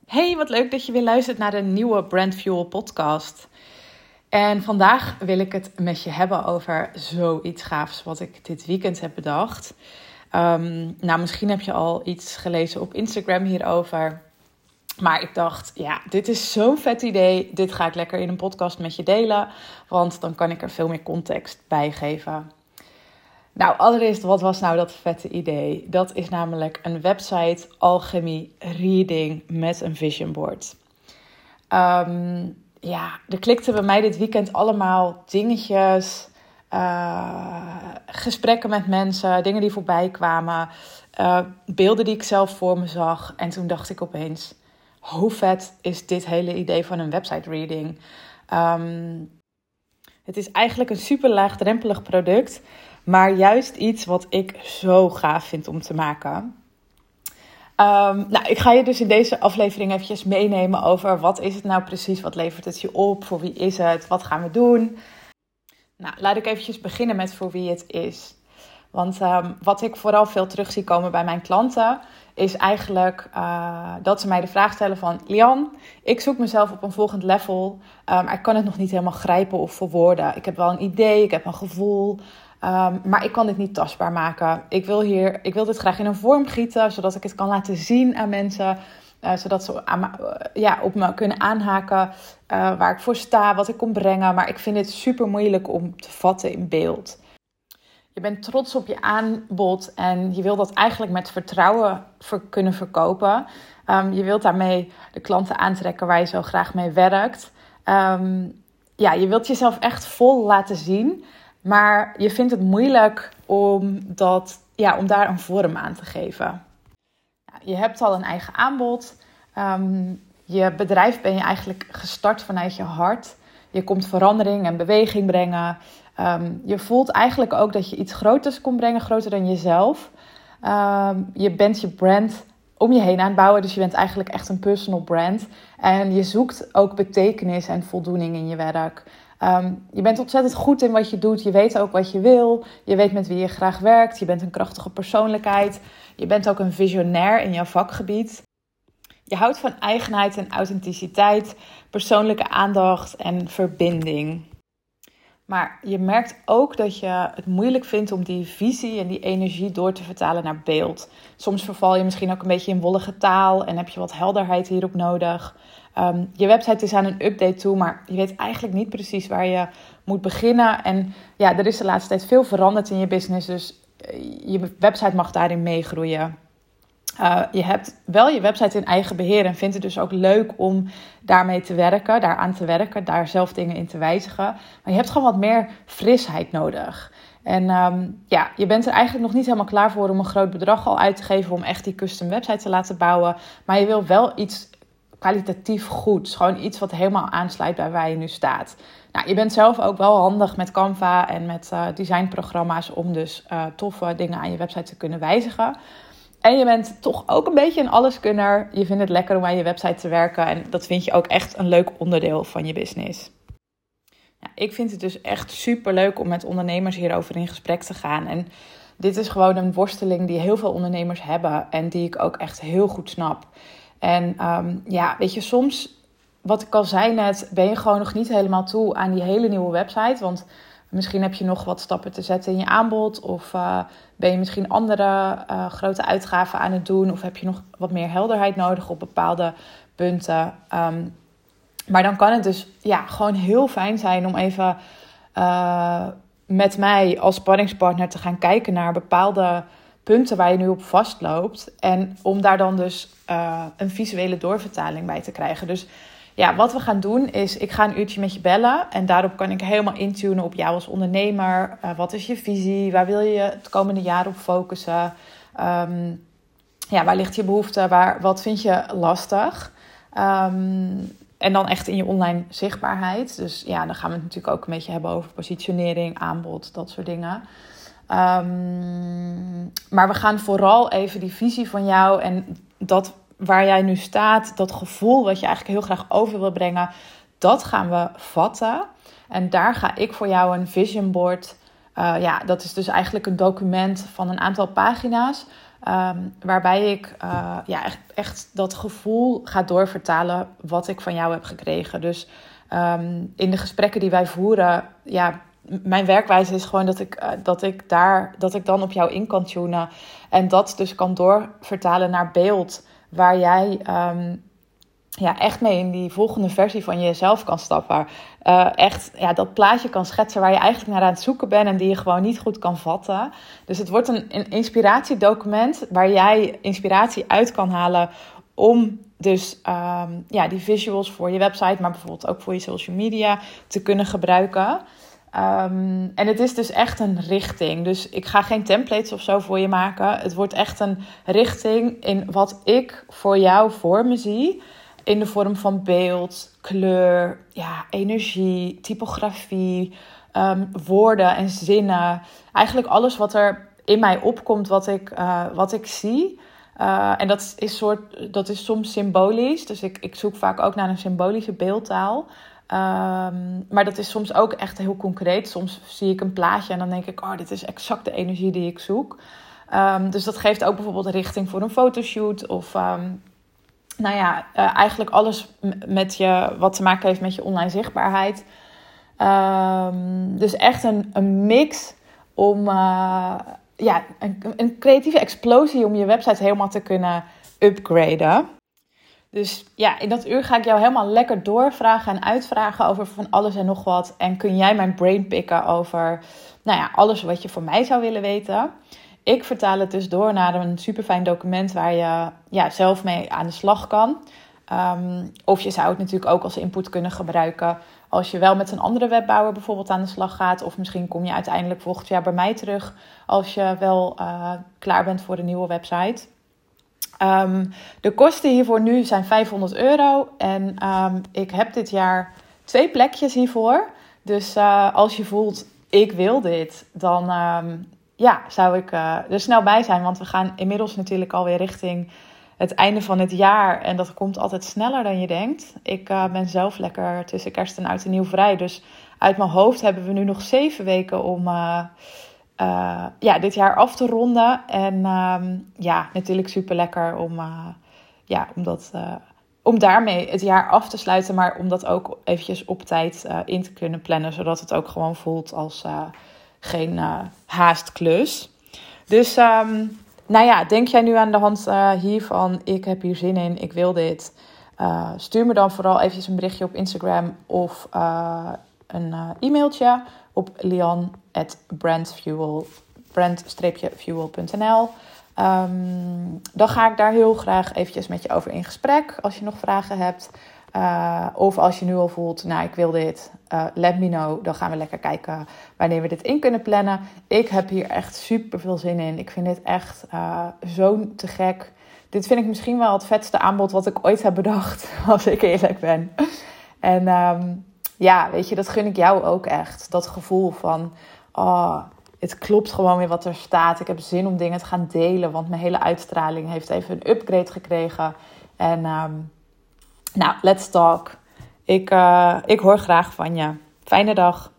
Hey, wat leuk dat je weer luistert naar de nieuwe Brand Fuel podcast. En vandaag wil ik het met je hebben over zoiets gaafs wat ik dit weekend heb bedacht. Misschien heb je al iets gelezen op Instagram hierover. Maar ik dacht, dit is zo'n vet idee. Dit ga ik lekker in een podcast met je delen. Want dan kan ik er veel meer context bij geven. Nou, allereerst, wat was nou dat vette idee? Dat is namelijk een website Alchemy Reading met een vision board. Er klikten bij mij dit weekend allemaal dingetjes, gesprekken met mensen, dingen die voorbij kwamen, beelden die ik zelf voor me zag. En toen dacht ik opeens, hoe vet is dit hele idee van een website reading? Het is eigenlijk een super laagdrempelig product, maar juist iets wat ik zo gaaf vind om te maken. Ik ga je dus in deze aflevering eventjes meenemen over wat is het nou precies, wat levert het je op, voor wie is het, wat gaan we doen. Nou, laat ik eventjes beginnen met voor wie het is. Want wat ik vooral veel terug zie komen bij mijn klanten is eigenlijk dat ze mij de vraag stellen van... Lian, ik zoek mezelf op een volgend level, maar ik kan het nog niet helemaal grijpen of verwoorden. Ik heb wel een idee, ik heb een gevoel, maar ik kan dit niet tastbaar maken. Ik wil dit graag in een vorm gieten, zodat ik het kan laten zien aan mensen... zodat ze op me kunnen aanhaken waar ik voor sta, wat ik kom brengen. Maar ik vind het super moeilijk om te vatten in beeld. Je bent trots op je aanbod en je wil dat eigenlijk met vertrouwen kunnen verkopen. Je wilt daarmee de klanten aantrekken waar je zo graag mee werkt. Je wilt jezelf echt vol laten zien, maar je vindt het moeilijk om daar een vorm aan te geven. Je hebt al een eigen aanbod. Je bedrijf ben je eigenlijk gestart vanuit je hart. Je komt verandering en beweging brengen. Je voelt eigenlijk ook dat je iets groters kon brengen, groter dan jezelf. Je bent je brand om je heen aan het bouwen, dus je bent eigenlijk echt een personal brand. En je zoekt ook betekenis en voldoening in je werk. Je bent ontzettend goed in wat je doet. Je weet ook wat je wil. Je weet met wie je graag werkt. Je bent een krachtige persoonlijkheid. Je bent ook een visionair in jouw vakgebied. Je houdt van eigenheid en authenticiteit, persoonlijke aandacht en verbinding. Maar je merkt ook dat je het moeilijk vindt om die visie en die energie door te vertalen naar beeld. Soms verval je misschien ook een beetje in wollige taal en heb je wat helderheid hierop nodig. Je website is aan een update toe, maar je weet eigenlijk niet precies waar je moet beginnen. En er is de laatste tijd veel veranderd in je business, dus je website mag daarin meegroeien. Je hebt wel je website in eigen beheer en vindt het dus ook leuk om daarmee te werken, daaraan te werken, daar zelf dingen in te wijzigen. Maar je hebt gewoon wat meer frisheid nodig. En je bent er eigenlijk nog niet helemaal klaar voor om een groot bedrag al uit te geven om echt die custom website te laten bouwen. Maar je wil wel iets kwalitatief goeds, gewoon iets wat helemaal aansluit bij waar je nu staat. Nou, je bent zelf ook wel handig met Canva en met designprogramma's om dus toffe dingen aan je website te kunnen wijzigen. En je bent toch ook een beetje een alleskunner. Je vindt het lekker om aan je website te werken. En dat vind je ook echt een leuk onderdeel van je business. Ik vind het dus echt super leuk om met ondernemers hierover in gesprek te gaan. En dit is gewoon een worsteling die heel veel ondernemers hebben. En die ik ook echt heel goed snap. En soms, wat ik al zei net, ben je gewoon nog niet helemaal toe aan die hele nieuwe website. Want misschien heb je nog wat stappen te zetten in je aanbod. Of ben je misschien andere grote uitgaven aan het doen. Of heb je nog wat meer helderheid nodig op bepaalde punten. Maar dan kan het dus gewoon heel fijn zijn om even met mij als sparringspartner te gaan kijken naar bepaalde punten waar je nu op vastloopt. En om daar dan dus een visuele doorvertaling bij te krijgen. Dus wat we gaan doen is, ik ga een uurtje met je bellen. En daarop kan ik helemaal intunen op jou als ondernemer. Wat is je visie? Waar wil je het komende jaar op focussen? Waar ligt je behoefte? Wat vind je lastig? En dan echt in je online zichtbaarheid. Dus dan gaan we het natuurlijk ook een beetje hebben over positionering, aanbod, dat soort dingen. Maar we gaan vooral even die visie van jou en dat waar jij nu staat, dat gevoel wat je eigenlijk heel graag over wil brengen, dat gaan we vatten. En daar ga ik voor jou een vision board. Dat is dus eigenlijk een document van een aantal pagina's. Waarbij ik echt dat gevoel ga doorvertalen wat ik van jou heb gekregen. Dus in de gesprekken die wij voeren, mijn werkwijze is gewoon dat ik dan op jou in kan tunen. En dat dus kan doorvertalen naar beeld, waar jij echt mee in die volgende versie van jezelf kan stappen. Dat plaatje kan schetsen waar je eigenlijk naar aan het zoeken bent en die je gewoon niet goed kan vatten. Dus het wordt een inspiratiedocument waar jij inspiratie uit kan halen om dus die visuals voor je website, maar bijvoorbeeld ook voor je social media te kunnen gebruiken. En het is dus echt een richting. Dus ik ga geen templates of zo voor je maken. Het wordt echt een richting in wat ik voor jou voor me zie. In de vorm van beeld, kleur, energie, typografie, woorden en zinnen. Eigenlijk alles wat er in mij opkomt, wat ik zie. En dat is soms symbolisch. Dus ik zoek vaak ook naar een symbolische beeldtaal. Maar dat is soms ook echt heel concreet. Soms zie ik een plaatje en dan denk ik, dit is exact de energie die ik zoek. Dus dat geeft ook bijvoorbeeld een richting voor een fotoshoot. Of eigenlijk alles wat te maken heeft met je online zichtbaarheid. Dus echt een mix om een creatieve explosie om je website helemaal te kunnen upgraden. Dus in dat uur ga ik jou helemaal lekker doorvragen en uitvragen over van alles en nog wat. En kun jij mijn brain picken over alles wat je van mij zou willen weten. Ik vertaal het dus door naar een superfijn document waar je zelf mee aan de slag kan. Of je zou het natuurlijk ook als input kunnen gebruiken als je wel met een andere webbouwer bijvoorbeeld aan de slag gaat. Of misschien kom je uiteindelijk volgend jaar bij mij terug als je wel klaar bent voor een nieuwe website. De kosten hiervoor nu zijn €500. En ik heb dit jaar 2 plekjes hiervoor. Dus als je voelt, ik wil dit, dan zou ik er snel bij zijn. Want we gaan inmiddels natuurlijk alweer richting het einde van het jaar. En dat komt altijd sneller dan je denkt. Ik ben zelf lekker tussen kerst en oud en nieuw vrij. Dus uit mijn hoofd hebben we nu nog 7 weken om dit jaar af te ronden. En natuurlijk super lekker om daarmee het jaar af te sluiten. Maar om dat ook eventjes op tijd in te kunnen plannen. Zodat het ook gewoon voelt als geen haastklus. Dus denk jij nu aan de hand hiervan, ik heb hier zin in, ik wil dit. Stuur me dan vooral eventjes een berichtje op Instagram of een e-mailtje op lian@brand-fuel.nl. Dan ga ik daar heel graag eventjes met je over in gesprek als je nog vragen hebt. Of als je nu al voelt, ik wil dit, let me know. Dan gaan we lekker kijken wanneer we dit in kunnen plannen. Ik heb hier echt super veel zin in. Ik vind dit echt zo te gek. Dit vind ik misschien wel het vetste aanbod wat ik ooit heb bedacht, als ik eerlijk ben. En weet je, dat gun ik jou ook echt. Dat gevoel van, het klopt gewoon weer wat er staat. Ik heb zin om dingen te gaan delen, want mijn hele uitstraling heeft even een upgrade gekregen. En let's talk. Ik hoor graag van je. Fijne dag.